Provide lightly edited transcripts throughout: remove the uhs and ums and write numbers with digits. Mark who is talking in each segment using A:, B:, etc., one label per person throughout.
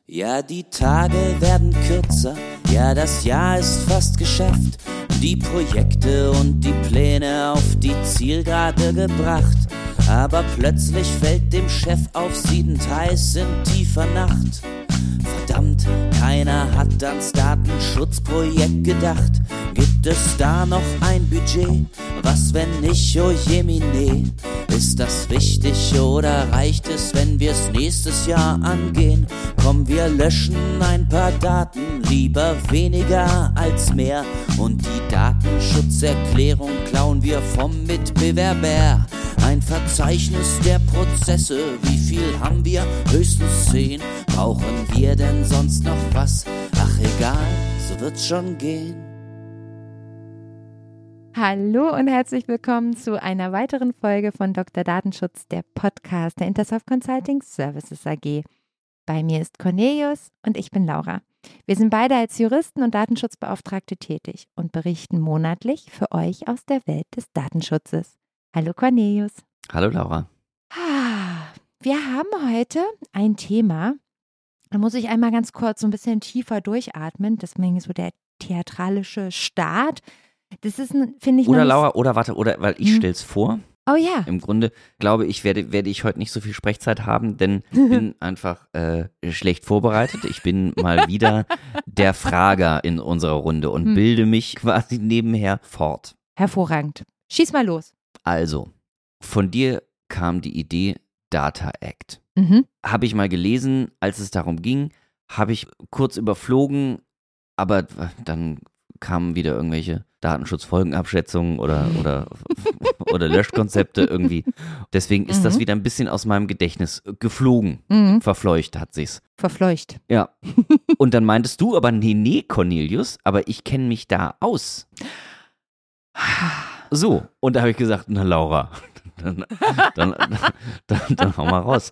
A: Ja, die Tage werden kürzer, ja, das Jahr ist fast geschafft. Die Projekte und die Pläne auf die Zielgerade gebracht. Aber plötzlich fällt dem Chef auf, siedend heiß in tiefer Nacht. Verdammt, keiner hat ans Datenschutzprojekt gedacht. Gibt es da noch ein Budget? Was, wenn nicht, oh jemine? Ist das wichtig oder reicht es, wenn wir's nächstes Jahr angehen? Komm, wir löschen ein paar Daten, lieber weniger als mehr. Und die Datenschutzerklärung klauen wir vom Mitbewerber. Ein Verzeichnis der Prozesse, wie viel haben wir? Höchstens 10. Brauchen wir denn sonst noch was? Ach egal, so wird's schon gehen.
B: Hallo und herzlich willkommen zu einer weiteren Folge von Dr. Datenschutz, der Podcast der Intersoft Consulting Services AG. Bei mir ist Cornelius und ich bin Laura. Wir sind beide als Juristen und Datenschutzbeauftragte tätig und berichten monatlich für euch aus der Welt des Datenschutzes. Hallo Cornelius.
C: Hallo Laura.
B: Wir haben heute ein Thema, da muss ich einmal ganz kurz so ein bisschen tiefer durchatmen, deswegen so der theatralische Start. Das ist, finde ich,
C: oder Laura, weil ich stell's vor.
B: Oh ja.
C: Im Grunde glaube ich, werde ich heute nicht so viel Sprechzeit haben, denn ich bin einfach schlecht vorbereitet. Ich bin mal wieder der Frager in unserer Runde und bilde mich quasi nebenher fort.
B: Hervorragend. Schieß mal los.
C: Also, von dir kam die Idee Data Act. Habe ich mal gelesen, als es darum ging, habe ich kurz überflogen, aber dann kamen wieder irgendwelche Datenschutzfolgenabschätzungen oder Löschkonzepte irgendwie. Deswegen ist das wieder ein bisschen aus meinem Gedächtnis geflogen. Verfleucht hat sich's.
B: Verfleucht.
C: Ja. Und dann meintest du aber, nee, Cornelius, aber ich kenne mich da aus. So, und da habe ich gesagt, na Laura, dann hau mal raus.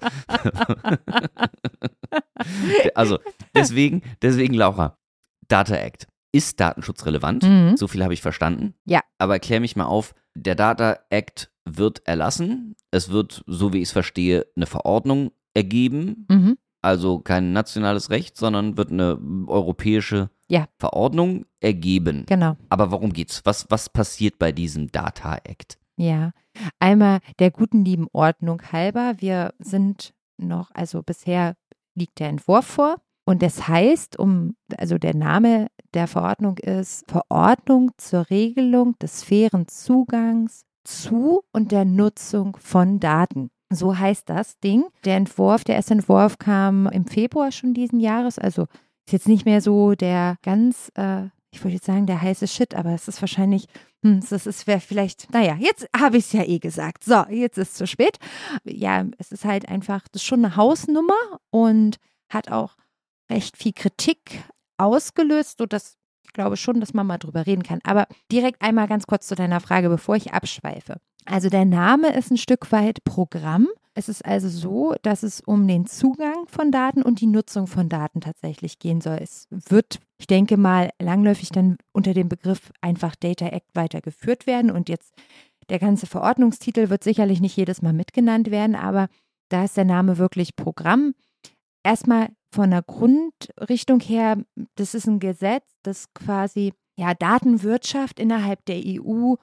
C: Also, deswegen Laura, Data Act. Ist Datenschutz relevant? So viel habe ich verstanden.
B: Ja.
C: Aber klär mich mal auf, der Data Act wird erlassen. Es wird, so wie ich es verstehe, eine Verordnung ergeben. Also kein nationales Recht, sondern wird eine europäische Verordnung ergeben.
B: Genau.
C: Aber worum geht's? Was passiert bei diesem Data Act?
B: Ja, einmal der guten lieben Ordnung halber. Wir sind noch, also bisher liegt der Entwurf vor. Und das heißt, also der Name der Verordnung ist Verordnung zur Regelung des fairen Zugangs zu und der Nutzung von Daten. So heißt das Ding. Der erste Entwurf kam im Februar schon diesen Jahres. Also ist jetzt nicht mehr so der ganz, ich würde jetzt sagen, der heiße Shit, aber es ist wahrscheinlich, wäre vielleicht, naja, jetzt habe ich es ja gesagt. So, jetzt ist es zu spät. Ja, es ist halt einfach, das ist schon eine Hausnummer und hat auch recht viel Kritik ausgelöst, sodass ich glaube schon, dass man mal drüber reden kann. Aber direkt einmal ganz kurz zu deiner Frage, bevor ich abschweife. Also der Name ist ein Stück weit Programm. Es ist also so, dass es um den Zugang von Daten und die Nutzung von Daten tatsächlich gehen soll. Es wird, ich denke mal, langläufig dann unter dem Begriff einfach Data Act weitergeführt werden. Und jetzt der ganze Verordnungstitel wird sicherlich nicht jedes Mal mitgenannt werden, aber da ist der Name wirklich Programm. Erstmal von der Grundrichtung her, das ist ein Gesetz, das quasi Datenwirtschaft innerhalb der EU,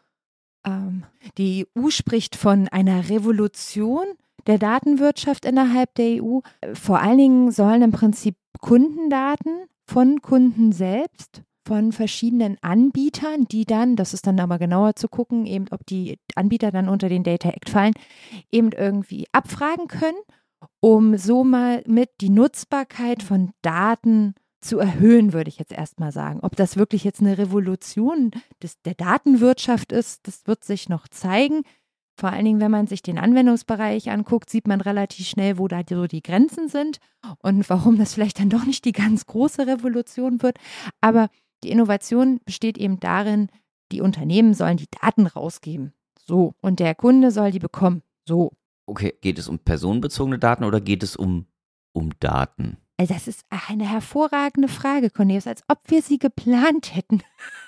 B: die EU spricht von einer Revolution der Datenwirtschaft innerhalb der EU. Vor allen Dingen sollen im Prinzip Kundendaten von Kunden selbst, von verschiedenen Anbietern, die dann, das ist dann aber genauer zu gucken, eben ob die Anbieter dann unter den Data Act fallen, eben irgendwie abfragen können, um so mal mit die Nutzbarkeit von Daten zu erhöhen, würde ich jetzt erstmal sagen. Ob das wirklich jetzt eine Revolution der Datenwirtschaft ist, das wird sich noch zeigen. Vor allen Dingen, wenn man sich den Anwendungsbereich anguckt, sieht man relativ schnell, wo da so die Grenzen sind und warum das vielleicht dann doch nicht die ganz große Revolution wird. Aber die Innovation besteht eben darin, die Unternehmen sollen die Daten rausgeben. So. Und der Kunde soll die bekommen. So.
C: Okay, geht es um personenbezogene Daten oder geht es um Daten?
B: Also das ist eine hervorragende Frage, Cornelius, als ob wir sie geplant hätten.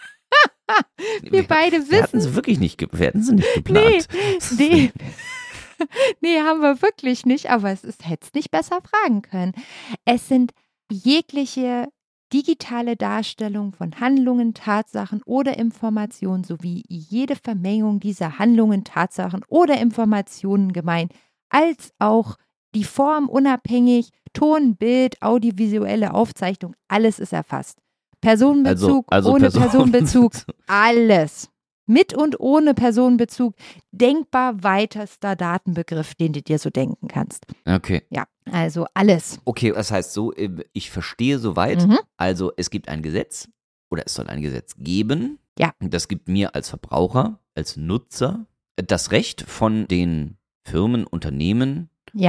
B: Wir beide wissen.
C: Wir hatten sie wirklich nicht geplant.
B: Nee. Nee, haben wir wirklich nicht, aber hätte es nicht besser fragen können. Es sind jegliche digitale Darstellung von Handlungen, Tatsachen oder Informationen sowie jede Vermengung dieser Handlungen, Tatsachen oder Informationen gemeint, als auch die Form unabhängig, Ton, Bild, audiovisuelle Aufzeichnung, alles ist erfasst. Personenbezug, ohne Personenbezug, alles. Mit und ohne Personenbezug, denkbar weitester Datenbegriff, den du dir so denken kannst.
C: Okay.
B: Ja, also alles.
C: Okay, das heißt so, ich verstehe soweit, also es gibt ein Gesetz oder es soll ein Gesetz geben.
B: Ja.
C: Das gibt mir als Verbraucher, als Nutzer das Recht von den Firmen, Unternehmen,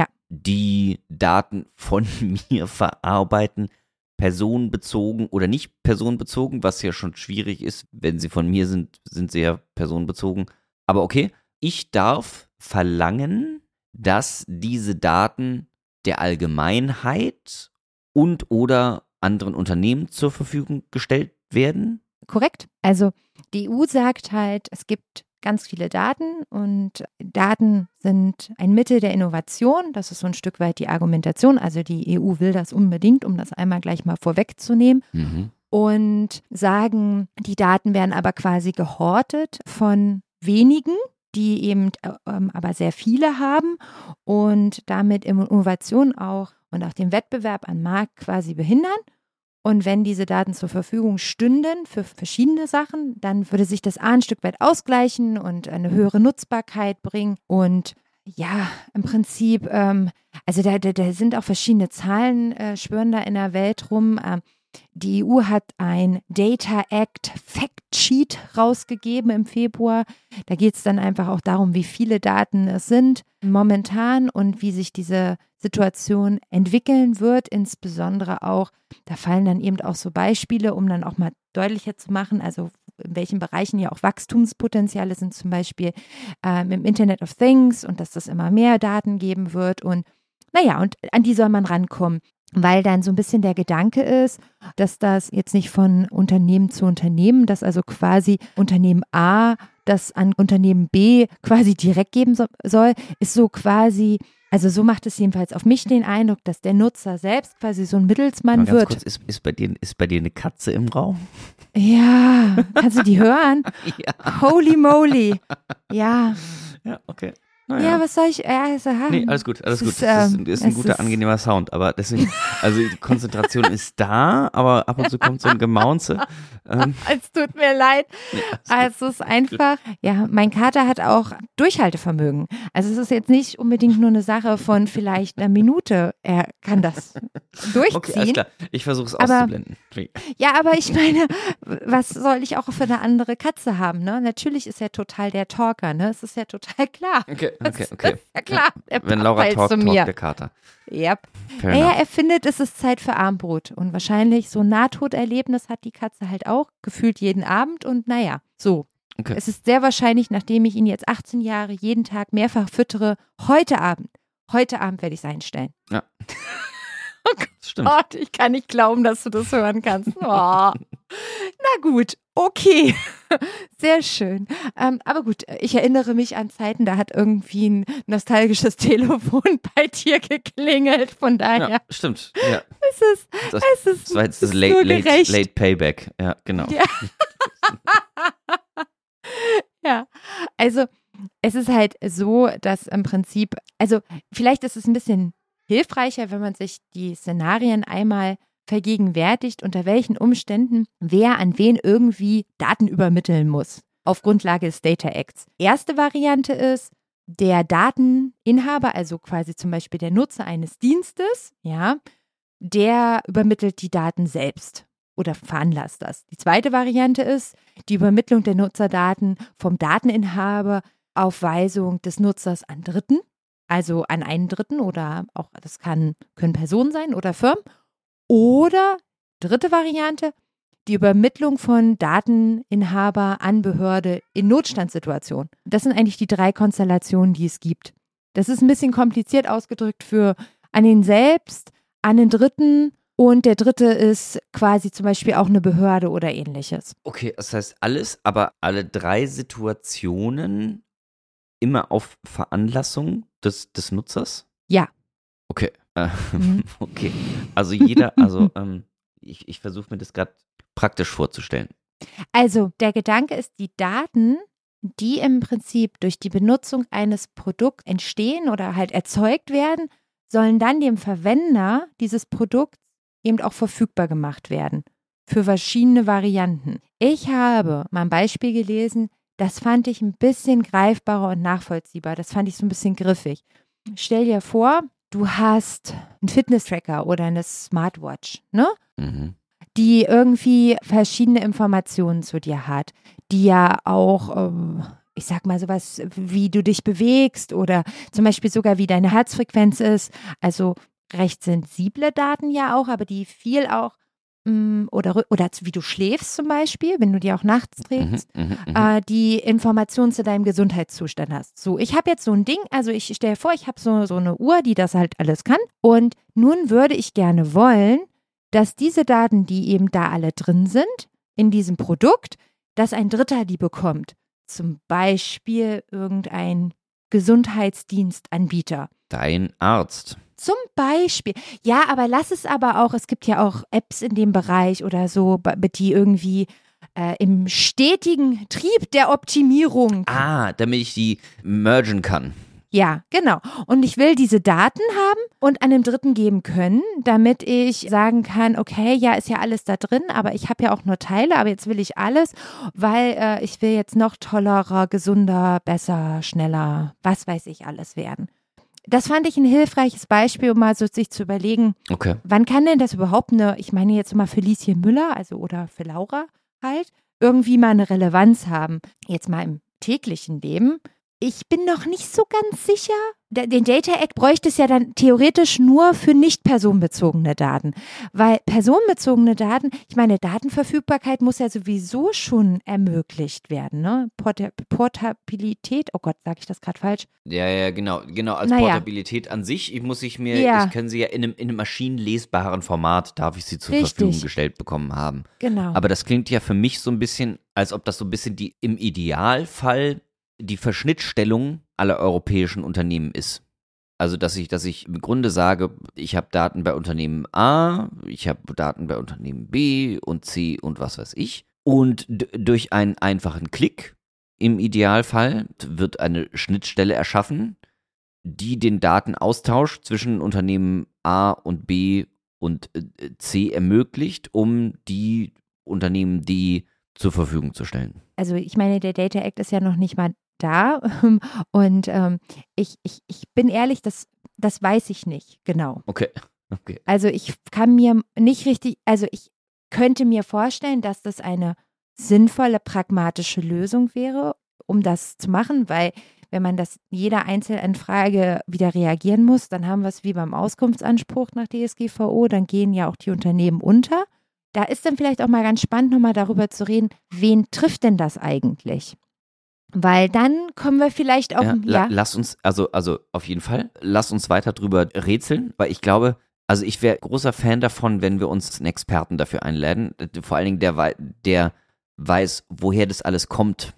C: die Daten von mir verarbeiten, personenbezogen oder nicht personenbezogen, was ja schon schwierig ist. Wenn sie von mir sind, sind sie ja personenbezogen. Aber okay, ich darf verlangen, dass diese Daten der Allgemeinheit und oder anderen Unternehmen zur Verfügung gestellt werden?
B: Korrekt. Also die EU sagt halt, es gibt ganz viele Daten und Daten sind ein Mittel der Innovation. Das ist so ein Stück weit die Argumentation. Also die EU will das unbedingt, um das einmal gleich mal vorwegzunehmen. Und sagen, die Daten werden aber quasi gehortet von wenigen, die eben aber sehr viele haben und damit Innovation auch und auch den Wettbewerb am Markt quasi behindern. Und wenn diese Daten zur Verfügung stünden für verschiedene Sachen, dann würde sich das ein Stück weit ausgleichen und eine höhere Nutzbarkeit bringen. Und ja, im Prinzip, also da sind auch verschiedene Zahlen, schwören da in der Welt rum. Die EU hat ein Data Act Fact Sheet rausgegeben im Februar. Da geht es dann einfach auch darum, wie viele Daten es sind momentan und wie sich diese Situation entwickeln wird. Insbesondere auch, da fallen dann eben auch so Beispiele, um dann auch mal deutlicher zu machen, also in welchen Bereichen ja auch Wachstumspotenziale sind, zum Beispiel im Internet of Things und dass das immer mehr Daten geben wird. Und naja, und an die soll man rankommen. Weil dann so ein bisschen der Gedanke ist, dass das jetzt nicht von Unternehmen zu Unternehmen, dass also quasi Unternehmen A das an Unternehmen B quasi direkt geben soll, ist so quasi, also so macht es jedenfalls auf mich den Eindruck, dass der Nutzer selbst quasi so ein Mittelsmann wird.
C: Kurz, ist bei dir eine Katze im Raum?
B: Ja, kannst du die hören?
C: Ja.
B: Holy moly. Ja.
C: Ja, okay.
B: Ja, was soll ich?
C: Nee, alles gut. Das ist ein guter, angenehmer Sound, aber deswegen, also die Konzentration ist da, aber ab und zu kommt so ein Gemaunze.
B: Es tut mir leid. Also es ist einfach, ja, mein Kater hat auch Durchhaltevermögen. Also es ist jetzt nicht unbedingt nur eine Sache von vielleicht einer Minute. Er kann das durchziehen.
C: Okay, alles klar. Ich versuche es auszublenden.
B: Ja, aber ich meine, was soll ich auch für eine andere Katze haben, ne? Natürlich ist er total der Talker, ne? Es ist ja total klar.
C: Okay.
B: Ja klar.
C: Wenn Laura talkt, der Kater.
B: Yep. Naja, er findet, es ist Zeit für Abendbrot. Und wahrscheinlich so ein Nahtoderlebnis hat die Katze halt auch, gefühlt jeden Abend. Und naja, so.
C: Okay.
B: Es ist sehr wahrscheinlich, nachdem ich ihn jetzt 18 Jahre jeden Tag mehrfach füttere, heute Abend werde ich es einstellen.
C: Ja.
B: Oh Gott, stimmt. Gott, ich kann nicht glauben, dass du das hören kannst. Oh. Na gut, okay. Sehr schön. Aber gut, ich erinnere mich an Zeiten, da hat irgendwie ein nostalgisches Telefon bei dir geklingelt. Von daher.
C: Ja, stimmt. Ja.
B: Das
C: war jetzt das late Payback. Ja, genau.
B: Ja. Ja, also es ist halt so, dass im Prinzip, also vielleicht ist es ein bisschen hilfreicher, wenn man sich die Szenarien einmal vergegenwärtigt, unter welchen Umständen wer an wen irgendwie Daten übermitteln muss, auf Grundlage des Data Acts. Erste Variante ist, der Dateninhaber, also quasi zum Beispiel der Nutzer eines Dienstes, ja, der übermittelt die Daten selbst oder veranlasst das. Die zweite Variante ist die Übermittlung der Nutzerdaten vom Dateninhaber auf Weisung des Nutzers an Dritten. Also an einen Dritten oder auch, das können Personen sein oder Firmen. Oder, dritte Variante, die Übermittlung von Dateninhaber an Behörde in Notstandssituationen. Das sind eigentlich die 3 Konstellationen, die es gibt. Das ist ein bisschen kompliziert ausgedrückt für an den selbst, an den Dritten und der dritte ist quasi zum Beispiel auch eine Behörde oder ähnliches.
C: Okay, das heißt alles, aber alle 3 Situationen immer auf Veranlassung des Nutzers?
B: Ja.
C: Okay. Okay. Also ich versuche mir das gerade praktisch vorzustellen.
B: Also der Gedanke ist, die Daten, die im Prinzip durch die Benutzung eines Produkts entstehen oder halt erzeugt werden, sollen dann dem Verwender dieses Produkts eben auch verfügbar gemacht werden für verschiedene Varianten. Ich habe mal ein Beispiel gelesen, das fand ich ein bisschen greifbarer und nachvollziehbar. Das fand ich so ein bisschen griffig. Stell dir vor, du hast einen Fitness-Tracker oder eine Smartwatch, ne?
C: Mhm.
B: Die irgendwie verschiedene Informationen zu dir hat, die ja auch, ich sag mal sowas, wie du dich bewegst oder zum Beispiel sogar wie deine Herzfrequenz ist, also recht sensible Daten ja auch, aber die viel auch, oder wie du schläfst zum Beispiel, wenn du die auch nachts trägst, die Informationen zu deinem Gesundheitszustand hast. So, ich habe jetzt so ein Ding, also ich stelle vor, ich habe so eine Uhr, die das halt alles kann und nun würde ich gerne wollen, dass diese Daten, die eben da alle drin sind, in diesem Produkt, dass ein Dritter die bekommt. Zum Beispiel irgendein Gesundheitsdienstanbieter.
C: Dein Arzt.
B: Zum Beispiel. Ja, aber lass es aber auch, es gibt ja auch Apps in dem Bereich oder so, die irgendwie im stetigen Trieb der Optimierung.
C: Damit ich die mergen kann.
B: Ja, genau. Und ich will diese Daten haben und einem Dritten geben können, damit ich sagen kann, okay, ja, ist ja alles da drin, aber ich habe ja auch nur Teile, aber jetzt will ich alles, weil ich will jetzt noch tollerer, gesunder, besser, schneller, was weiß ich alles werden. Das fand ich ein hilfreiches Beispiel, um mal so sich zu überlegen,
C: okay,
B: wann kann denn das überhaupt ich meine jetzt mal für Lieschen Müller, also oder für Laura halt, irgendwie mal eine Relevanz haben. Jetzt mal im täglichen Leben. Ich bin noch nicht so ganz sicher. Den Data Act bräuchte es ja dann theoretisch nur für nicht personenbezogene Daten. Weil personenbezogene Daten, ich meine, Datenverfügbarkeit muss ja sowieso schon ermöglicht werden, ne? Portabilität, oh Gott, sage ich das gerade falsch?
C: Ja, genau. Als Portabilität an sich, ich kann sie ja in einem maschinenlesbaren Format, darf ich sie zur Verfügung gestellt bekommen haben.
B: Genau.
C: Aber das klingt ja für mich so ein bisschen, als ob das so ein bisschen im Idealfall die Verschnittstellung aller europäischen Unternehmen ist. Also, dass ich im Grunde sage, ich habe Daten bei Unternehmen A, ich habe Daten bei Unternehmen B und C und was weiß ich. Und durch einen einfachen Klick im Idealfall wird eine Schnittstelle erschaffen, die den Datenaustausch zwischen Unternehmen A und B und C ermöglicht, um die Unternehmen D zur Verfügung zu stellen.
B: Also ich meine, der Data Act ist ja noch nicht mal da und ich bin ehrlich, das weiß ich nicht genau.
C: Okay.
B: Also ich kann mir nicht richtig, also ich könnte mir vorstellen, dass das eine sinnvolle, pragmatische Lösung wäre, um das zu machen, weil wenn man das jeder Einzelanfrage wieder reagieren muss, dann haben wir es wie beim Auskunftsanspruch nach DSGVO, dann gehen ja auch die Unternehmen unter. Da ist dann vielleicht auch mal ganz spannend, nochmal darüber zu reden, wen trifft denn das eigentlich? Weil dann kommen wir vielleicht auch.
C: Lass uns, also auf jeden Fall, lass uns weiter drüber rätseln, weil ich glaube, also ich wäre großer Fan davon, wenn wir uns einen Experten dafür einladen, vor allen Dingen der weiß, woher das alles kommt.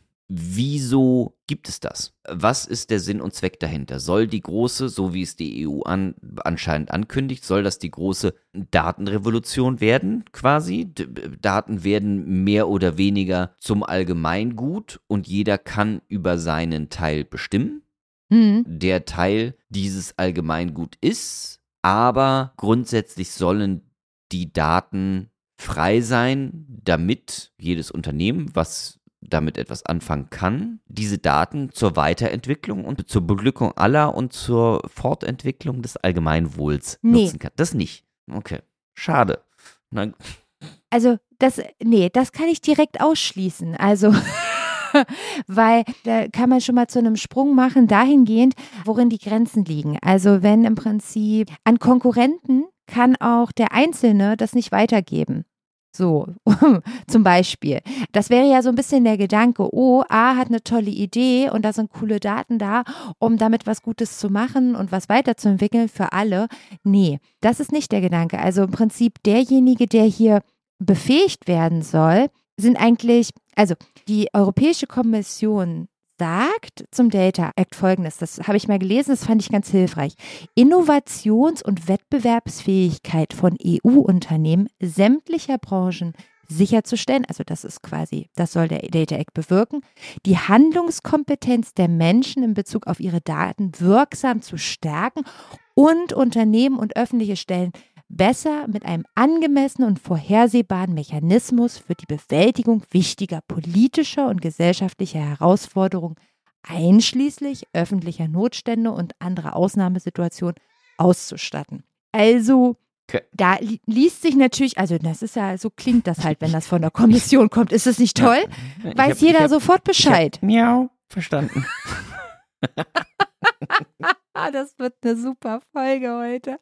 C: Wieso gibt es das? Was ist der Sinn und Zweck dahinter? Soll die große, so wie es die EU anscheinend ankündigt, soll das die große Datenrevolution werden quasi? Daten werden mehr oder weniger zum Allgemeingut und jeder kann über seinen Teil bestimmen. Der Teil dieses Allgemeingut ist, aber grundsätzlich sollen die Daten frei sein, damit jedes Unternehmen, was damit etwas anfangen kann, diese Daten zur Weiterentwicklung und zur Beglückung aller und zur Fortentwicklung des Allgemeinwohls nutzen kann. Das nicht. Okay. Schade.
B: Also das kann ich direkt ausschließen. Also weil da kann man schon mal zu einem Sprung machen, dahingehend, worin die Grenzen liegen. Also wenn im Prinzip an Konkurrenten kann auch der Einzelne das nicht weitergeben. So, zum Beispiel. Das wäre ja so ein bisschen der Gedanke, A hat eine tolle Idee und da sind coole Daten da, um damit was Gutes zu machen und was weiterzuentwickeln für alle. Nee, das ist nicht der Gedanke. Also im Prinzip derjenige, der hier befähigt werden soll, sind eigentlich, also die Europäische Kommission sagt zum Data Act Folgendes, das habe ich mal gelesen, das fand ich ganz hilfreich. Innovations- und Wettbewerbsfähigkeit von EU-Unternehmen sämtlicher Branchen sicherzustellen, also das soll der Data Act bewirken, die Handlungskompetenz der Menschen in Bezug auf ihre Daten wirksam zu stärken und Unternehmen und öffentliche Stellen besser mit einem angemessenen und vorhersehbaren Mechanismus für die Bewältigung wichtiger politischer und gesellschaftlicher Herausforderungen einschließlich öffentlicher Notstände und anderer Ausnahmesituationen auszustatten. Also okay. Da liest sich natürlich, also das ist ja, so klingt das halt, wenn das von der Kommission kommt. Ist das nicht toll? Ja, weiß jeder sofort Bescheid.
C: Miau, verstanden.
B: Das wird eine super Folge heute.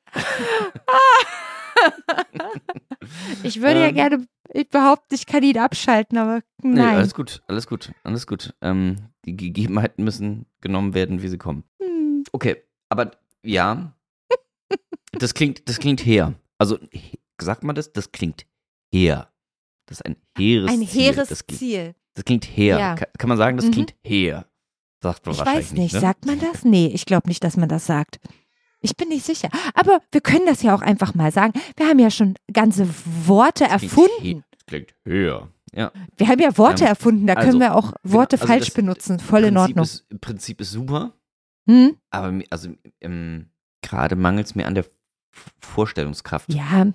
B: Ich würde ja gerne behaupten, ich kann ihn abschalten, aber nein. Nee,
C: alles gut. Die Gegebenheiten müssen genommen werden, wie sie kommen. Okay, aber ja, das klingt hehr. Also, sagt man das? Das klingt hehr. Das ist ein hehres Ziel.
B: Ein hehres Ziel.
C: Das klingt hehr. Ja. Kann man sagen, das klingt hehr? Sagt man
B: ich
C: wahrscheinlich
B: weiß nicht.
C: Ne?
B: Sagt man das? Nee, ich glaube nicht, dass man das sagt. Ich bin nicht sicher. Aber wir können das ja auch einfach mal sagen. Wir haben ja schon ganze Worte erfunden.
C: Das klingt höher. Ja.
B: Wir haben ja Worte erfunden. Da können wir auch Worte falsch benutzen. Voll in Ordnung.
C: Im Prinzip ist super. Aber gerade mangelt es mir an der Vorstellungskraft.
B: Ja.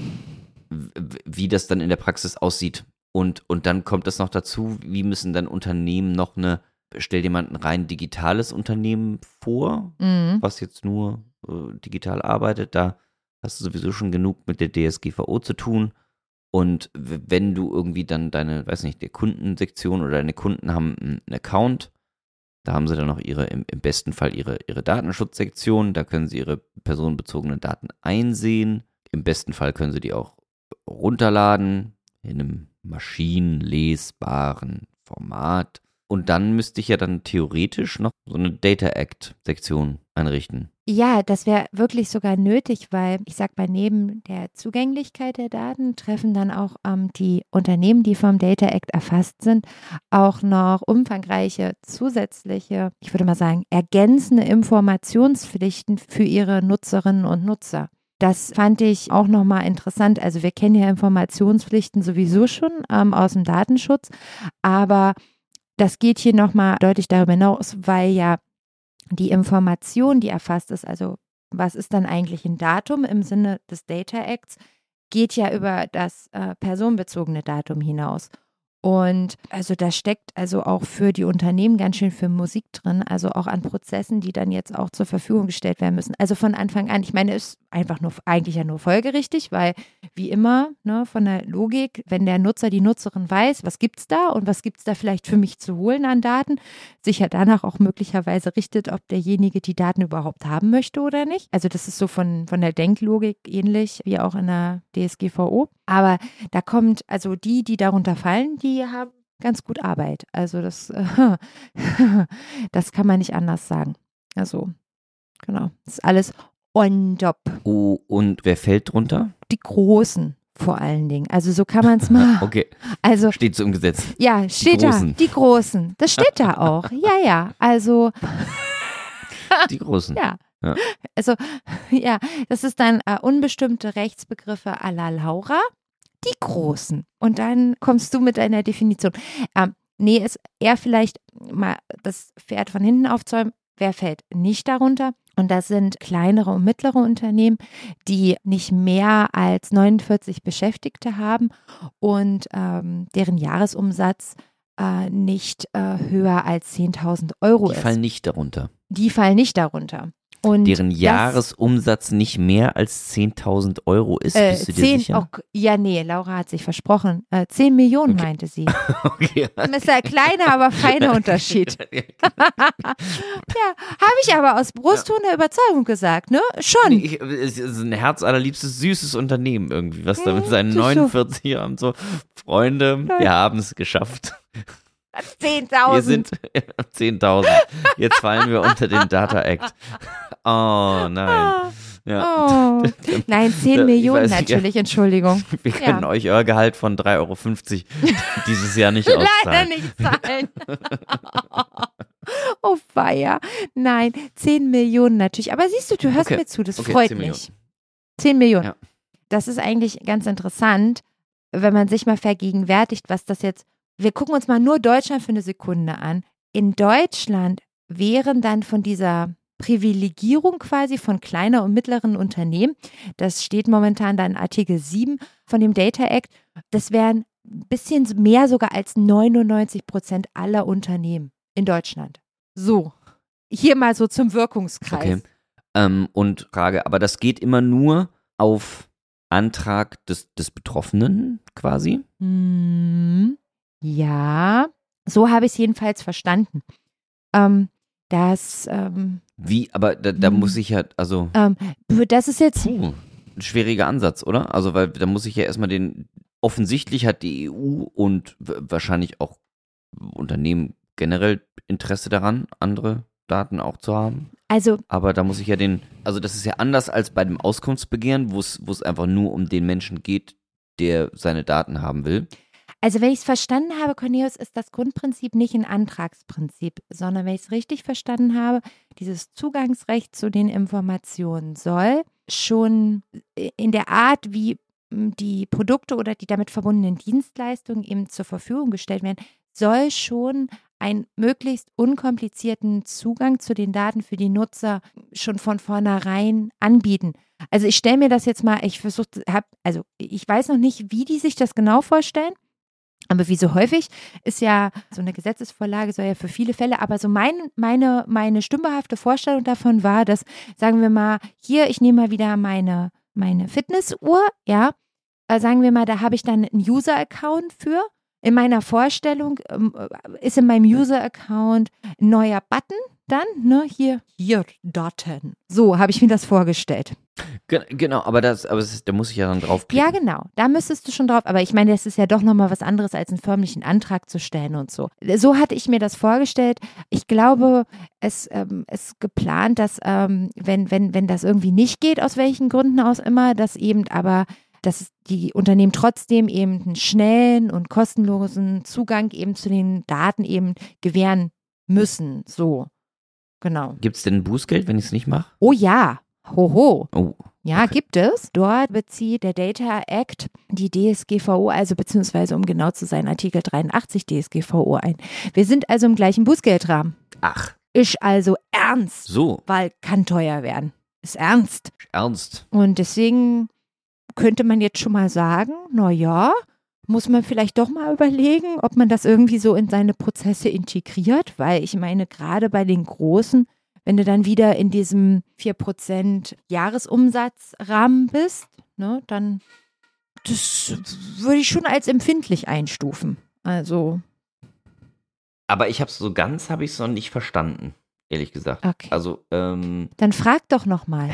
C: Wie das dann in der Praxis aussieht. Und dann kommt das noch dazu, wie müssen dann Unternehmen noch stell dir mal ein rein digitales Unternehmen vor, was jetzt nur digital arbeitet, da hast du sowieso schon genug mit der DSGVO zu tun. Und wenn du irgendwie dann der Kundensektion oder deine Kunden haben einen Account, da haben sie dann noch im besten Fall ihre Datenschutzsektion, da können sie ihre personenbezogenen Daten einsehen. Im besten Fall können sie die auch runterladen in einem maschinenlesbaren Format. Und dann müsste ich ja dann theoretisch noch so eine Data Act-Sektion einrichten.
B: Ja, das wäre wirklich sogar nötig, weil ich sag mal, neben der Zugänglichkeit der Daten treffen dann auch die Unternehmen, die vom Data Act erfasst sind, auch noch umfangreiche zusätzliche, ich würde mal sagen, ergänzende Informationspflichten für ihre Nutzerinnen und Nutzer. Das fand ich auch nochmal interessant. Also wir kennen ja Informationspflichten sowieso schon aus dem Datenschutz, aber das geht hier nochmal deutlich darüber hinaus, weil ja die Information, die erfasst ist, also was ist dann eigentlich ein Datum im Sinne des Data Acts, geht ja über das personenbezogene Datum hinaus. Und also da steckt also auch für die Unternehmen ganz schön viel Musik drin, also auch an Prozessen, die dann jetzt auch zur Verfügung gestellt werden müssen. Also von Anfang an, ich meine, ist eigentlich ja nur folgerichtig, weil wie immer, ne, von der Logik, wenn der Nutzer, die Nutzerin weiß, was gibt's da und was gibt's da vielleicht für mich zu holen an Daten, sich ja danach auch möglicherweise richtet, ob derjenige die Daten überhaupt haben möchte oder nicht. Also das ist so von der Denklogik ähnlich wie auch in der DSGVO. Aber da kommt, also die darunter fallen, die haben ganz gut Arbeit. Also das kann man nicht anders sagen. Also genau, das ist alles on top.
C: Oh, und wer fällt drunter?
B: Die Großen vor allen Dingen. Also so kann man es mal.
C: Okay,
B: also,
C: steht so im Gesetz.
B: Ja, steht da, die Großen. Das steht da auch. Ja, also.
C: Die Großen.
B: Ja. Also, ja, das ist dann unbestimmte Rechtsbegriffe à la Laura. Die Großen. Und dann kommst du mit deiner Definition. Ist eher vielleicht mal das Pferd von hinten aufzäumen. Wer fällt nicht darunter? Und das sind kleinere und mittlere Unternehmen, die nicht mehr als 49 Beschäftigte haben und deren Jahresumsatz nicht höher als 10.000 Euro ist.
C: Die fallen nicht darunter.
B: Die fallen nicht darunter. Und
C: deren Jahresumsatz nicht mehr als 10.000 Euro ist, bist du dir sicher?
B: Ja, nee, Laura hat sich versprochen. 10 Millionen meinte sie.
C: Okay.
B: Das ist ein kleiner, aber feiner Unterschied. Ja, habe ich aber aus Brustton der Überzeugung gesagt, ne? Schon.
C: Es ist ein herzallerliebstes, süßes Unternehmen irgendwie, was da mit seinen 49 Jahren so, Freunde, wir haben es geschafft.
B: 10.000.
C: Wir sind 10.000. Jetzt fallen wir unter den Data Act. Oh nein. Ja.
B: Oh. Nein, 10 Millionen natürlich, Entschuldigung.
C: Wir können euch euer Gehalt von 3,50 € dieses Jahr nicht auszahlen.
B: Leider nicht zahlen. Oh weia. Nein, 10 Millionen natürlich. Aber siehst du, du hörst mir zu, das freut mich. 10 Millionen. Ja. Das ist eigentlich ganz interessant, wenn man sich mal vergegenwärtigt, was das jetzt, wir gucken uns mal nur Deutschland für eine Sekunde an. In Deutschland wären dann von dieser Privilegierung quasi von kleinen und mittleren Unternehmen, das steht momentan da in Artikel 7 von dem Data Act, das wären ein bisschen mehr sogar als 99% aller Unternehmen in Deutschland. So, hier mal so zum Wirkungskreis.
C: Okay. Und Frage, aber das geht immer nur auf Antrag des Betroffenen quasi?
B: Ja, so habe ich es jedenfalls verstanden.
C: Wie, aber da muss ich ja, also
B: das ist jetzt
C: ein schwieriger Ansatz, oder? Also, weil da muss ich ja erstmal offensichtlich hat die EU und wahrscheinlich auch Unternehmen generell Interesse daran, andere Daten auch zu haben. Aber da muss ich ja also das ist ja anders als bei dem Auskunftsbegehren, wo es einfach nur um den Menschen geht, der seine Daten haben will.
B: Also wenn ich es verstanden habe, Cornelius, ist das Grundprinzip nicht ein Antragsprinzip, sondern wenn ich es richtig verstanden habe, dieses Zugangsrecht zu den Informationen soll schon in der Art, wie die Produkte oder die damit verbundenen Dienstleistungen eben zur Verfügung gestellt werden, soll schon einen möglichst unkomplizierten Zugang zu den Daten für die Nutzer schon von vornherein anbieten. Also ich stelle mir das jetzt mal, ich weiß noch nicht, wie die sich das genau vorstellen. Aber wie so häufig ist ja so eine Gesetzesvorlage, soll ja für viele Fälle, aber so meine stümperhafte Vorstellung davon war, dass, sagen wir mal, hier, ich nehme mal wieder meine Fitnessuhr, ja, sagen wir mal, da habe ich dann einen User-Account für. In meiner Vorstellung ist in meinem User-Account ein neuer Button dann, ne, hier Daten. So habe ich mir das vorgestellt.
C: Genau, aber da muss ich ja dann draufklicken.
B: Ja, genau, da müsstest du schon drauf, aber ich meine, das ist ja doch nochmal was anderes, als einen förmlichen Antrag zu stellen und so. So hatte ich mir das vorgestellt. Ich glaube, es ist geplant, dass wenn das irgendwie nicht geht, aus welchen Gründen aus immer, dass die Unternehmen trotzdem eben einen schnellen und kostenlosen Zugang eben zu den Daten eben gewähren müssen, so. Genau.
C: Gibt es denn ein Bußgeld, wenn ich es nicht mache?
B: Oh ja, hoho.
C: Oh,
B: ja,
C: okay.
B: Gibt es. Dort bezieht der Data Act die DSGVO, also beziehungsweise um genau zu sein, Artikel 83 DSGVO ein. Wir sind also im gleichen Bußgeldrahmen.
C: Ach.
B: Ist also ernst.
C: So.
B: Weil kann teuer werden. Ist ernst.
C: Ernst.
B: Und deswegen könnte man jetzt schon mal sagen, na muss man vielleicht doch mal überlegen, ob man das irgendwie so in seine Prozesse integriert, weil ich meine, gerade bei den Großen, wenn du dann wieder in diesem 4% Jahresumsatzrahmen bist, ne, dann das würde ich schon als empfindlich einstufen. Also.
C: Aber habe ich es noch nicht verstanden, ehrlich gesagt.
B: Okay.
C: Also,
B: dann frag doch noch mal.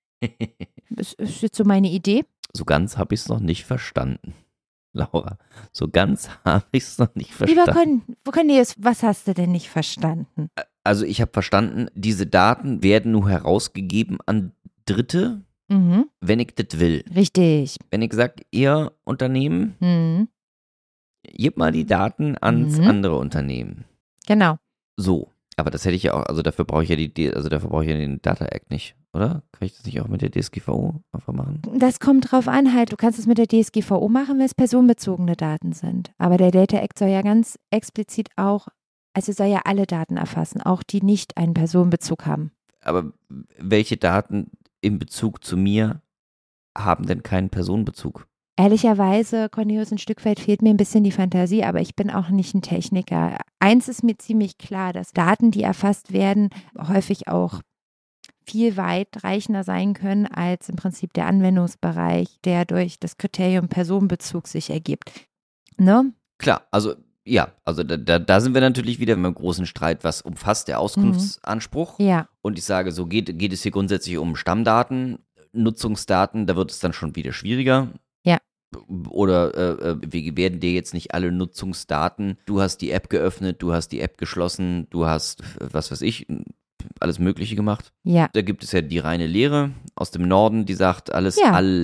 B: Das ist jetzt so meine Idee.
C: So ganz habe ich es noch nicht verstanden. Laura, so ganz habe ich es noch nicht verstanden.
B: Lieber Cornelius, was hast du denn nicht verstanden?
C: Also ich habe verstanden, diese Daten werden nur herausgegeben an Dritte, wenn ich das will.
B: Richtig.
C: Wenn ich sage, ihr Unternehmen, gebt mal die Daten ans andere Unternehmen.
B: Genau.
C: So, aber das hätte ich ja auch, also dafür brauche ich ja den Data Act nicht, oder? Kann ich das nicht auch mit der DSGVO einfach machen? Das
B: kommt drauf an halt. Du kannst es mit der DSGVO machen, wenn es personenbezogene Daten sind. Aber der Data Act soll ja ganz explizit auch, also soll ja alle Daten erfassen, auch die nicht einen Personenbezug haben.
C: Aber welche Daten in Bezug zu mir haben denn keinen Personenbezug?
B: Ehrlicherweise, Cornelius, ein Stück weit fehlt mir ein bisschen die Fantasie, aber ich bin auch nicht ein Techniker. Eins ist mir ziemlich klar, dass Daten, die erfasst werden, häufig auch viel weitreichender sein können als im Prinzip der Anwendungsbereich, der durch das Kriterium Personenbezug sich ergibt. Ne?
C: Klar, also ja, also da sind wir natürlich wieder im großen Streit, was umfasst der Auskunftsanspruch.
B: Ja.
C: Und ich sage, so geht es hier grundsätzlich um Stammdaten, Nutzungsdaten, da wird es dann schon wieder schwieriger.
B: Ja.
C: Oder wir werden dir jetzt nicht alle Nutzungsdaten, du hast die App geöffnet, du hast die App geschlossen, du hast, was weiß ich, alles Mögliche gemacht.
B: Ja.
C: Da gibt es ja die reine Lehre aus dem Norden, die sagt, alles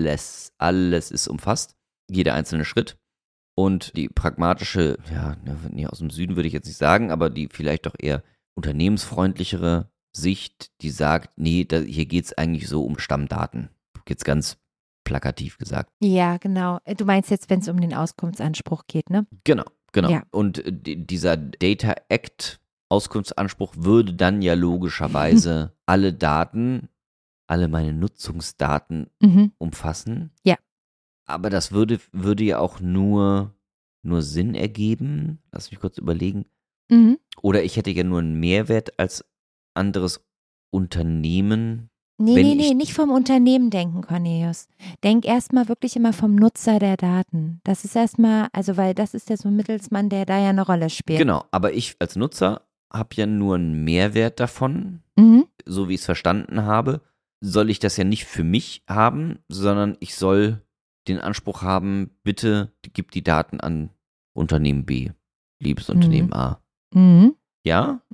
C: ist umfasst, jeder einzelne Schritt. Und die pragmatische, ja, aus dem Süden würde ich jetzt nicht sagen, aber die vielleicht doch eher unternehmensfreundlichere Sicht, die sagt, nee, hier geht es eigentlich so um Stammdaten. Jetzt ganz plakativ gesagt.
B: Ja, genau. Du meinst jetzt, wenn es um den Auskunftsanspruch geht, ne?
C: Genau.
B: Ja.
C: Und dieser Data Act Auskunftsanspruch würde dann ja logischerweise alle Daten, alle meine Nutzungsdaten umfassen.
B: Ja.
C: Aber das würde ja auch nur Sinn ergeben. Lass mich kurz überlegen. Oder ich hätte ja nur einen Mehrwert als anderes Unternehmen.
B: Nee, nicht vom Unternehmen denken, Cornelius. Denk erstmal wirklich immer vom Nutzer der Daten. Das ist erstmal, also weil das ist ja so ein Mittelsmann, der da ja eine Rolle spielt.
C: Genau, aber ich als Nutzer habe ja nur einen Mehrwert davon, so wie ich es verstanden habe. Soll ich das ja nicht für mich haben, sondern ich soll den Anspruch haben, bitte gib die Daten an Unternehmen B, liebes Unternehmen A. Ja?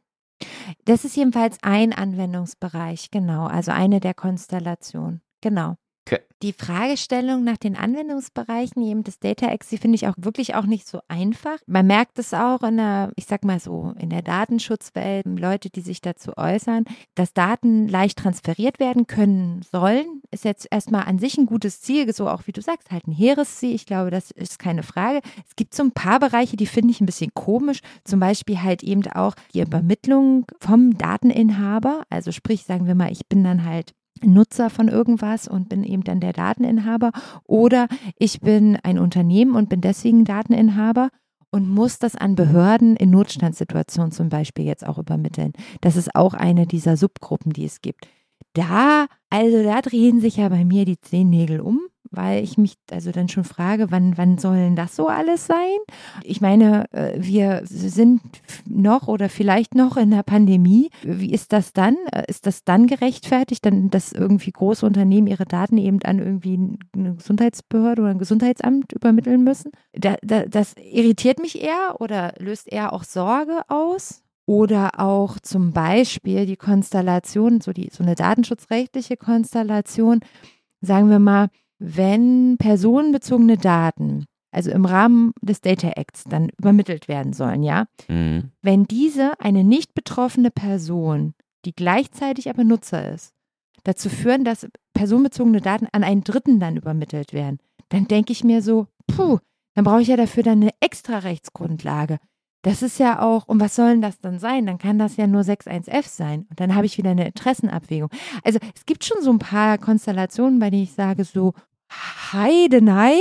B: Das ist jedenfalls ein Anwendungsbereich, genau, also eine der Konstellationen, genau.
C: Okay.
B: Die Fragestellung nach den Anwendungsbereichen eben des Data Acts, die finde ich auch wirklich auch nicht so einfach. Man merkt es auch in der, ich sag mal so, in der Datenschutzwelt, Leute, die sich dazu äußern, dass Daten leicht transferiert werden können sollen, ist jetzt erstmal an sich ein gutes Ziel, so auch wie du sagst, halt ein hehres Ziel. Ich glaube, das ist keine Frage. Es gibt so ein paar Bereiche, die finde ich ein bisschen komisch, zum Beispiel halt eben auch die Übermittlung vom Dateninhaber, also sprich, sagen wir mal, ich bin dann halt Nutzer von irgendwas und bin eben dann der Dateninhaber, oder ich bin ein Unternehmen und bin deswegen Dateninhaber und muss das an Behörden in Notstandssituationen zum Beispiel jetzt auch übermitteln. Das ist auch eine dieser Subgruppen, die es gibt. Da drehen sich ja bei mir die Zehennägel um, weil ich mich also dann schon frage, wann sollen das so alles sein? Ich meine, wir sind noch oder vielleicht noch in der Pandemie. Wie ist das dann? Ist das dann gerechtfertigt, dann, dass irgendwie große Unternehmen ihre Daten eben an irgendwie eine Gesundheitsbehörde oder ein Gesundheitsamt übermitteln müssen? Das irritiert mich eher oder löst eher auch Sorge aus. Oder auch zum Beispiel die Konstellation, so eine datenschutzrechtliche Konstellation, sagen wir mal, wenn personenbezogene Daten, also im Rahmen des Data Acts, dann übermittelt werden sollen, ja, wenn diese eine nicht betroffene Person, die gleichzeitig aber Nutzer ist, dazu führen, dass personenbezogene Daten an einen Dritten dann übermittelt werden, dann denke ich mir so, dann brauche ich ja dafür dann eine extra Rechtsgrundlage. Das ist ja auch, und was soll denn das dann sein? Dann kann das ja nur 6.1f sein. Und dann habe ich wieder eine Interessenabwägung. Also es gibt schon so ein paar Konstellationen, bei denen ich sage so, Heidenei,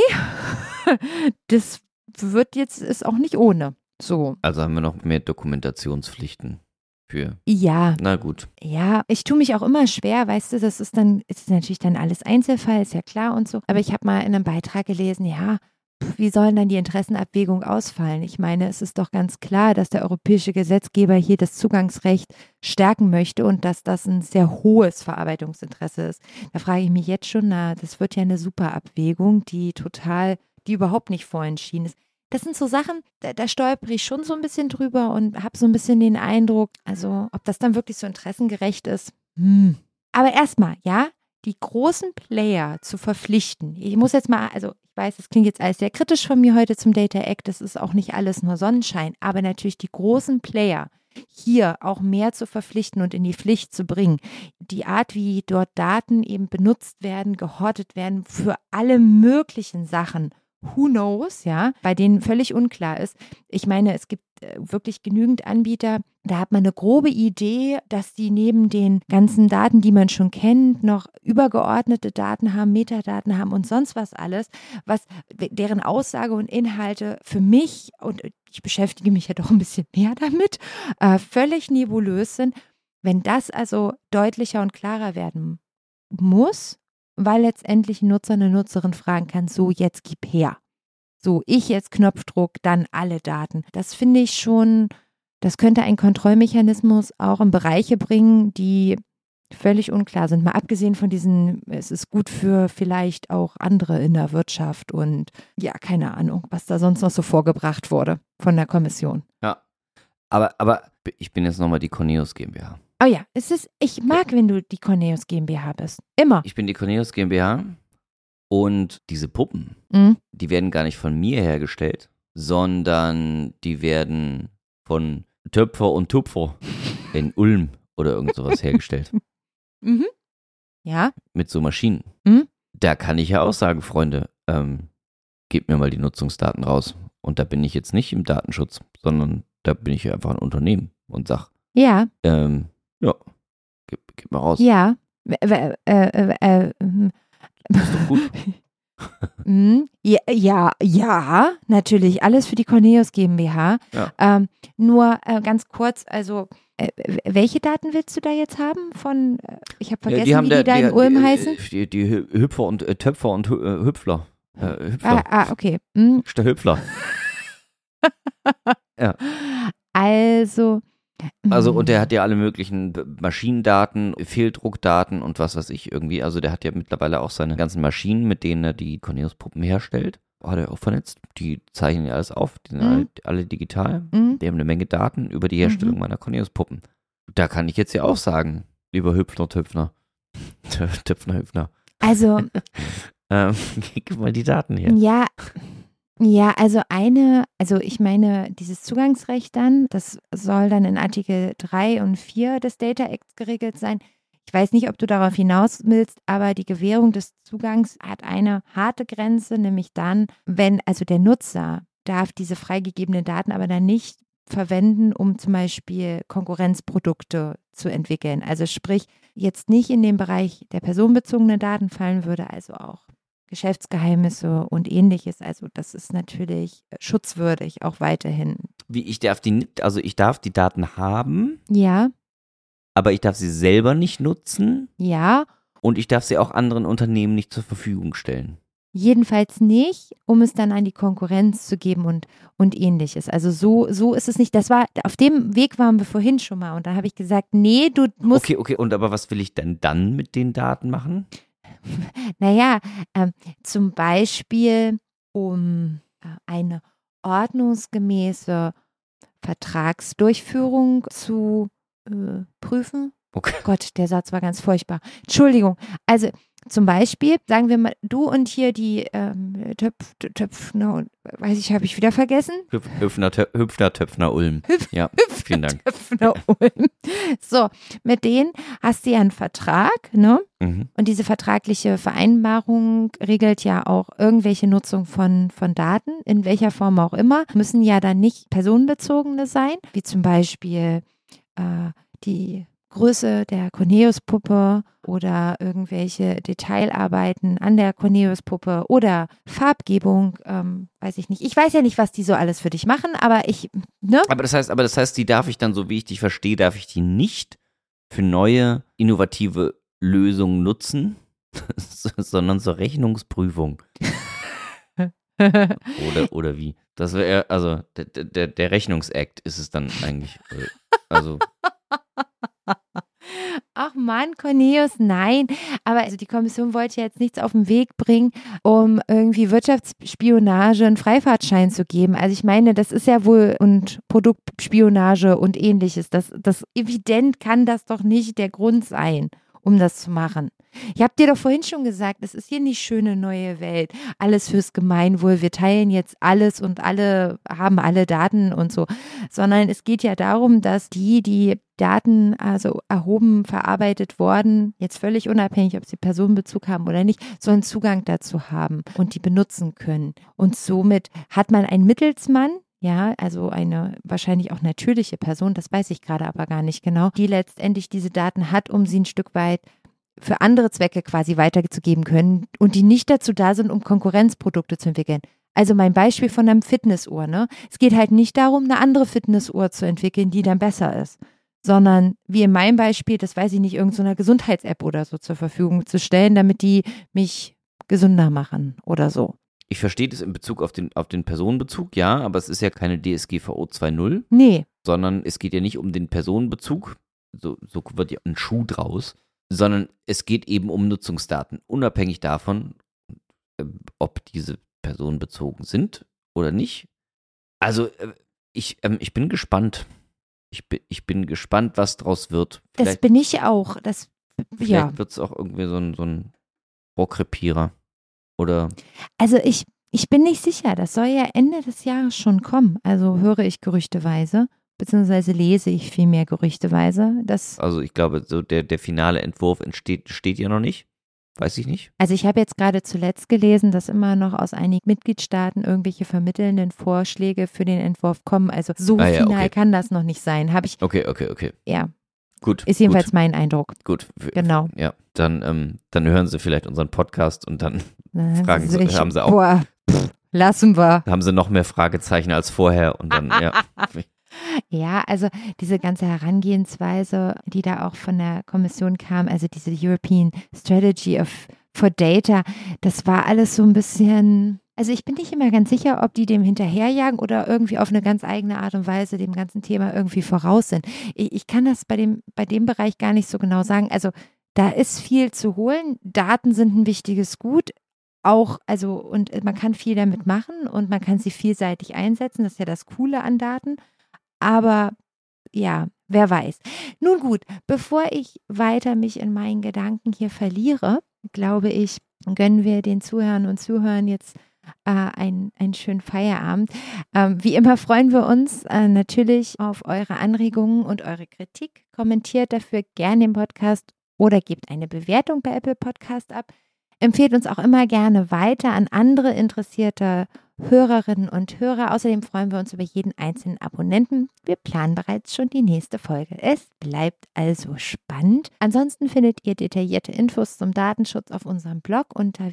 B: das ist auch nicht ohne. So.
C: Also haben wir noch mehr Dokumentationspflichten für.
B: Ja.
C: Na gut.
B: Ja, ich tue mich auch immer schwer, weißt du, ist natürlich dann alles Einzelfall, ist ja klar und so. Aber ich habe mal in einem Beitrag gelesen, ja, wie sollen dann die Interessenabwägung ausfallen? Ich meine, es ist doch ganz klar, dass der europäische Gesetzgeber hier das Zugangsrecht stärken möchte und dass das ein sehr hohes Verarbeitungsinteresse ist. Da frage ich mich jetzt schon, das wird ja eine super Abwägung, die überhaupt nicht vorentschieden ist. Das sind so Sachen, da stolpere ich schon so ein bisschen drüber und habe so ein bisschen den Eindruck, also ob das dann wirklich so interessengerecht ist. Aber erstmal, ja, die großen Player zu verpflichten. Ich muss jetzt mal, also ich weiß, das klingt jetzt alles sehr kritisch von mir heute zum Data Act, das ist auch nicht alles nur Sonnenschein, aber natürlich die großen Player hier auch mehr zu verpflichten und in die Pflicht zu bringen. Die Art, wie dort Daten eben benutzt werden, gehortet werden für alle möglichen Sachen, who knows, ja, bei denen völlig unklar ist. Ich meine, es gibt wirklich genügend Anbieter, da hat man eine grobe Idee, dass die neben den ganzen Daten, die man schon kennt, noch übergeordnete Daten haben, Metadaten haben und sonst was alles, was deren Aussage und Inhalte für mich, und ich beschäftige mich ja doch ein bisschen mehr damit, völlig nebulös sind. Wenn das also deutlicher und klarer werden muss, weil letztendlich ein Nutzer, eine Nutzerin fragen kann, so jetzt gib her. So, ich jetzt Knopfdruck, dann alle Daten. Das finde ich schon, das könnte einen Kontrollmechanismus auch in Bereiche bringen, die völlig unklar sind. Mal abgesehen von diesen, es ist gut für vielleicht auch andere in der Wirtschaft und ja, keine Ahnung, was da sonst noch so vorgebracht wurde von der Kommission.
C: Ja, aber ich bin jetzt nochmal die Cornelius GmbH.
B: Oh ja, ich mag, wenn du die Cornelius GmbH bist. Immer.
C: Ich bin die Cornelius GmbH und diese Puppen, die werden gar nicht von mir hergestellt, sondern die werden von Töpfer und Tupfer in Ulm oder irgend sowas hergestellt.
B: Mhm. Ja.
C: Mit so Maschinen.
B: Mhm.
C: Da kann ich ja auch sagen, Freunde, gebt mir mal die Nutzungsdaten raus. Und da bin ich jetzt nicht im Datenschutz, sondern da bin ich einfach ein Unternehmen und sag,
B: ja,
C: gib mal raus.
B: Ja.
C: Ist doch gut.
B: Ja, natürlich, alles für die Cornelius GmbH.
C: Ja.
B: Nur ganz kurz, also welche Daten willst du da jetzt haben von, ich habe vergessen, wie die da in Ulm heißen?
C: Die Hüpfer und Töpfer und Hüpfler.
B: Okay.
C: Ist der Hüpfler. Ja.
B: Also,
C: und der hat ja alle möglichen Maschinendaten, Fehldruckdaten und was weiß ich irgendwie. Also der hat ja mittlerweile auch seine ganzen Maschinen, mit denen er die Cornelius-Puppen herstellt. Hat er auch vernetzt. Die zeichnen ja alles auf. Die sind alle digital. Die haben eine Menge Daten über die Herstellung meiner Cornelius-Puppen. Da kann ich jetzt ja auch sagen, lieber Töpfner.
B: Also,
C: gib mal die Daten her.
B: Ja, also ich meine, dieses Zugangsrecht dann, das soll dann in Artikel 3 und 4 des Data Acts geregelt sein. Ich weiß nicht, ob du darauf hinaus willst, aber die Gewährung des Zugangs hat eine harte Grenze, nämlich dann, wenn, also der Nutzer darf diese freigegebenen Daten aber dann nicht verwenden, um zum Beispiel Konkurrenzprodukte zu entwickeln. Also sprich, jetzt nicht in den Bereich der personenbezogenen Daten fallen würde, also auch Geschäftsgeheimnisse und ähnliches. Also das ist natürlich schutzwürdig, auch weiterhin.
C: Ich darf die Daten haben.
B: Ja.
C: Aber ich darf sie selber nicht nutzen.
B: Ja.
C: Und ich darf sie auch anderen Unternehmen nicht zur Verfügung stellen.
B: Jedenfalls nicht, um es dann an die Konkurrenz zu geben und ähnliches. Also so ist es nicht. Auf dem Weg waren wir vorhin schon mal und da habe ich gesagt, nee, du musst.
C: Okay, und aber was will ich denn dann mit den Daten machen?
B: Naja, zum Beispiel, um eine ordnungsgemäße Vertragsdurchführung zu prüfen.
C: Okay.
B: Gott, der Satz war ganz furchtbar. Entschuldigung. Also zum Beispiel, sagen wir mal, du und hier die Töpfner, weiß ich, habe ich wieder vergessen?
C: Hüpfner, Töpfner, Ulm. Ja, vielen Dank.
B: Töpfner, Ulm. So, mit denen hast du ja einen Vertrag, ne?
C: Mhm.
B: Und diese vertragliche Vereinbarung regelt ja auch irgendwelche Nutzung von Daten, in welcher Form auch immer, müssen ja dann nicht personenbezogene sein, wie zum Beispiel die Größe der Cornelius-Puppe oder irgendwelche Detailarbeiten an der Cornelius-Puppe oder Farbgebung, weiß ich nicht. Ich weiß ja nicht, was die so alles für dich machen, aber ne?
C: Aber das heißt, die darf ich dann, so wie ich dich verstehe, darf ich die nicht für neue, innovative Lösungen nutzen, sondern zur Rechnungsprüfung. Oder wie? Das wäre, also der Rechnungsakt ist es dann eigentlich. Also.
B: Ach Mann, Cornelius, nein. Aber also die Kommission wollte jetzt nichts auf den Weg bringen, um irgendwie Wirtschaftsspionage einen Freifahrtschein zu geben. Also ich meine, das ist ja wohl und Produktspionage und ähnliches. Das evident kann das doch nicht der Grund sein, um das zu machen. Ich habe dir doch vorhin schon gesagt, es ist hier nicht schöne neue Welt, alles fürs Gemeinwohl, wir teilen jetzt alles und alle haben alle Daten und so, sondern es geht ja darum, dass die Daten also erhoben, verarbeitet worden, jetzt völlig unabhängig, ob sie Personenbezug haben oder nicht, sollen Zugang dazu haben und die benutzen können. Und somit hat man einen Mittelsmann, ja, also eine wahrscheinlich auch natürliche Person, das weiß ich gerade aber gar nicht genau, die letztendlich diese Daten hat, um sie ein Stück weit für andere Zwecke quasi weiterzugeben können und die nicht dazu da sind, um Konkurrenzprodukte zu entwickeln. Also mein Beispiel von einem Fitnessuhr, ne? Es geht halt nicht darum, eine andere Fitnessuhr zu entwickeln, die dann besser ist, sondern wie in meinem Beispiel, das weiß ich nicht, irgendeiner Gesundheits-App oder so zur Verfügung zu stellen, damit die mich gesünder machen oder so.
C: Ich verstehe das in Bezug auf den Personenbezug, ja, aber es ist ja keine DSGVO 2.0.
B: Nee.
C: Sondern es geht ja nicht um den Personenbezug, so wird ja ein Schuh draus, sondern es geht eben um Nutzungsdaten, unabhängig davon, ob diese personenbezogen sind oder nicht. Also ich bin gespannt. Ich bin gespannt, was draus wird.
B: Das bin ich auch.
C: Vielleicht wird es auch irgendwie so ein Rohrkrepierer. Oder?
B: Also ich bin nicht sicher. Das soll ja Ende des Jahres schon kommen. Also höre ich gerüchteweise. beziehungsweise lese ich vielmehr gerüchteweise.
C: Also ich glaube, so der finale Entwurf steht ja noch nicht. Weiß ich nicht.
B: Also ich habe jetzt gerade zuletzt gelesen, dass immer noch aus einigen Mitgliedstaaten irgendwelche vermittelnden Vorschläge für den Entwurf kommen. Also so final kann das noch nicht sein.
C: Okay.
B: Ja.
C: Gut.
B: Ist jedenfalls mein Eindruck.
C: Gut.
B: Genau.
C: Ja, dann hören Sie vielleicht unseren Podcast und dann fragen Sie, haben Sie auch.
B: Boah, lassen wir.
C: Haben Sie noch mehr Fragezeichen als vorher und dann, ja.
B: Ja, also diese ganze Herangehensweise, die da auch von der Kommission kam, also diese European Strategy for Data, das war alles so ein bisschen, also ich bin nicht immer ganz sicher, ob die dem hinterherjagen oder irgendwie auf eine ganz eigene Art und Weise dem ganzen Thema irgendwie voraus sind. Ich kann das bei dem Bereich gar nicht so genau sagen. Also da ist viel zu holen. Daten sind ein wichtiges Gut. Auch, also, und man kann viel damit machen und man kann sie vielseitig einsetzen. Das ist ja das Coole an Daten. Aber ja, wer weiß. Nun gut, bevor ich weiter mich in meinen Gedanken hier verliere, glaube ich, gönnen wir den Zuhörern und Zuhörern jetzt einen schönen Feierabend. Wie immer freuen wir uns natürlich auf eure Anregungen und eure Kritik. Kommentiert dafür gerne den Podcast oder gebt eine Bewertung bei Apple Podcast ab. Empfehlt uns auch immer gerne weiter an andere interessierte Hörerinnen und Hörer. Außerdem freuen wir uns über jeden einzelnen Abonnenten. Wir planen bereits schon die nächste Folge. Es bleibt also spannend. Ansonsten findet ihr detaillierte Infos zum Datenschutz auf unserem Blog unter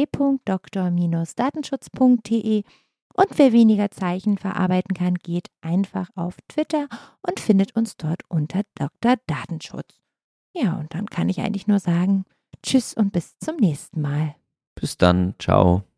B: www.dr-datenschutz.de. Und wer weniger Zeichen verarbeiten kann, geht einfach auf Twitter und findet uns dort unter Dr. Datenschutz. Ja, und dann kann ich eigentlich nur sagen, tschüss und bis zum nächsten Mal.
C: Bis dann, ciao.